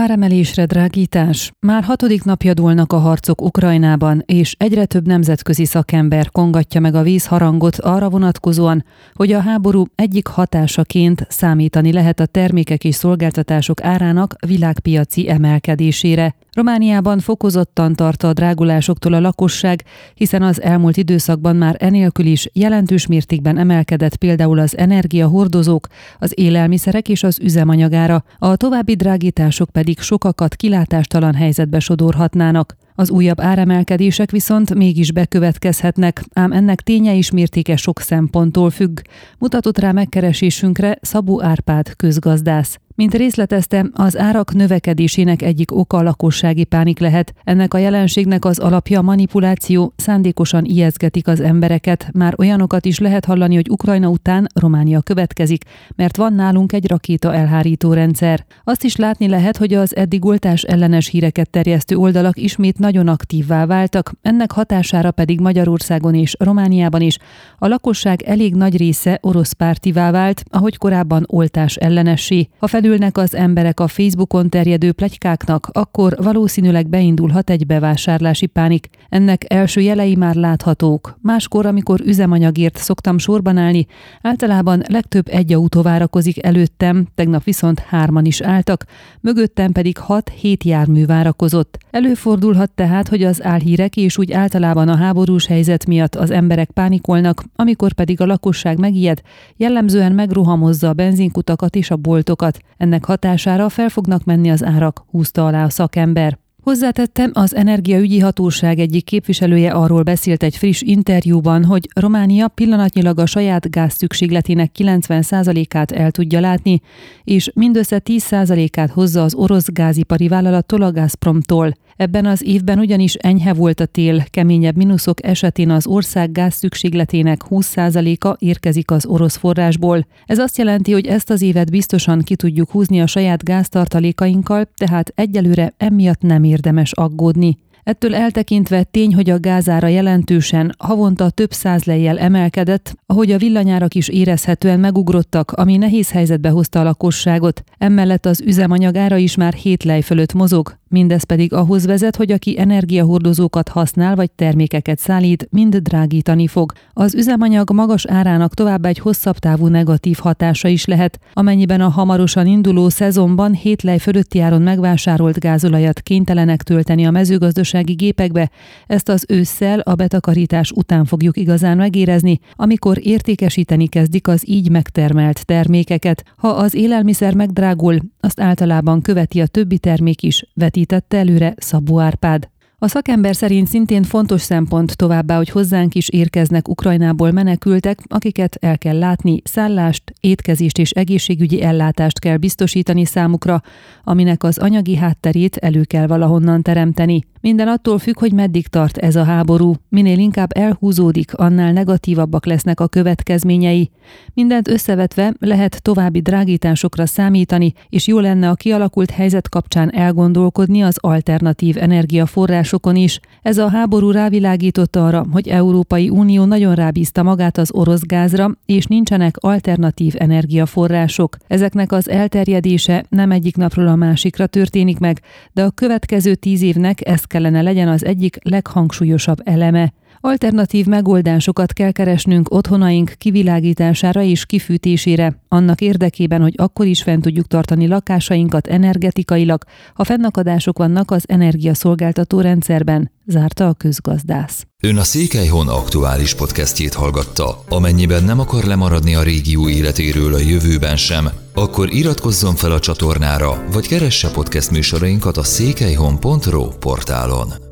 Áremelésre drágítás. Már 6. napja dúlnak a harcok Ukrajnában, és egyre több nemzetközi szakember kongatja meg a vízharangot arra vonatkozóan, hogy a háború egyik hatásaként számítani lehet a termékek és szolgáltatások árának világpiaci emelkedésére. Romániában fokozottan tart a drágulásoktól a lakosság, hiszen az elmúlt időszakban már enélkül is jelentős mértékben emelkedett például az energiahordozók, az élelmiszerek és az üzemanyagára, a további drágítások pedig sokakat kilátástalan helyzetbe sodorhatnának. Az újabb áremelkedések viszont mégis bekövetkezhetnek, ám ennek ténye és mértéke sok szemponttól függ, mutatott rá megkeresésünkre Szabó Árpád közgazdász. Mint részletezte, az árak növekedésének egyik oka a lakossági pánik lehet. Ennek a jelenségnek az alapja a manipuláció, szándékosan ijesztgetik az embereket. Már olyanokat is lehet hallani, hogy Ukrajna után Románia következik, mert van nálunk egy rakéta elhárító rendszer. Azt is látni lehet, hogy az eddig oltás ellenes híreket terjesztő oldalak ismét nagyon aktívvá váltak, ennek hatására pedig Magyarországon és Romániában is a lakosság elég nagy része orosz pártivá vált, ahogy korábban oltás ellenessé. Ha felülnek az emberek a Facebookon terjedő pletykáknak, akkor valószínűleg beindulhat egy bevásárlási pánik. Ennek első jelei már láthatók. Máskor, amikor üzemanyagért szoktam sorban állni, általában legtöbb egy autó várakozik előttem, tegnap viszont 3-an is álltak, mögöttem pedig 6-7 jármű várakozott. Előfordulhat tehát, hogy az álhírek és úgy általában a háborús helyzet miatt az emberek pánikolnak, amikor pedig a lakosság megijed, jellemzően megrohamozza a benzinkutakat és a boltokat. Ennek hatására fel fognak menni az árak, húzta alá a szakember. Hozzátette, az Energiaügyi Hatóság egyik képviselője arról beszélt egy friss interjúban, hogy Románia pillanatnyilag a saját gázszükségletének 90%-át el tudja látni, és mindössze 10%-át hozza az orosz gázipari vállalattól, a Gazpromtól. Ebben az évben ugyanis enyhe volt a tél, keményebb mínuszok esetén az ország gázszükségletének 20%-a érkezik az orosz forrásból. Ez azt jelenti, hogy ezt az évet biztosan ki tudjuk húzni a saját gáztartalékainkkal, tehát egyelőre emiatt nem érdemes aggódni. Ettől eltekintve tény, hogy a gázára jelentősen, havonta több 100 lejjel emelkedett, ahogy a villanyárak is érezhetően megugrottak, ami nehéz helyzetbe hozta a lakosságot. Emellett az üzemanyagára is már 7 lej fölött mozog, mindez pedig ahhoz vezet, hogy aki energiahordozókat használ vagy termékeket szállít, mind drágítani fog. Az üzemanyag magas árának továbbá egy hosszabb távú negatív hatása is lehet, amennyiben a hamarosan induló szezonban 7 lej fölötti áron megvásárolt gázolajat kénytelenek tölteni a mezőgazdasági gépekbe. Ezt az ősszel, a betakarítás után fogjuk igazán megérezni, amikor értékesíteni kezdik az így megtermelt termékeket. Ha az élelmiszer megdrágul, azt általában követi a többi termék is, vetítette előre Szabó Árpád. A szakember szerint szintén fontos szempont továbbá, hogy hozzánk is érkeznek Ukrajnából menekültek, akiket el kell látni, szállást, étkezést és egészségügyi ellátást kell biztosítani számukra, aminek az anyagi hátterét elő kell valahonnan teremteni. Minden attól függ, hogy meddig tart ez a háború. Minél inkább elhúzódik, annál negatívabbak lesznek a következményei. Mindent összevetve lehet további drágításokra számítani, és jó lenne a kialakult helyzet kapcsán elgondolkodni az alternatív energiaforrásokon is. Ez a háború rávilágított arra, hogy Európai Unió nagyon rábízta magát az orosz gázra, és nincsenek alternatív energiaforrások. Ezeknek az elterjedése nem egyik napról a másikra történik meg, de a következő 10 évnek ez kellene legyen az egyik leghangsúlyosabb eleme. Alternatív megoldásokat kell keresnünk otthonaink kivilágítására és kifűtésére, annak érdekében, hogy akkor is fent tudjuk tartani lakásainkat energetikailag, ha fennakadások vannak az energiaszolgáltató rendszerben, zárta a közgazdász. Ön a Székelyhon aktuális podcastjét hallgatta. Amennyiben nem akar lemaradni a régió életéről a jövőben sem, akkor iratkozzon fel a csatornára, vagy keresse podcast műsorainkat a székelyhon.ro portálon.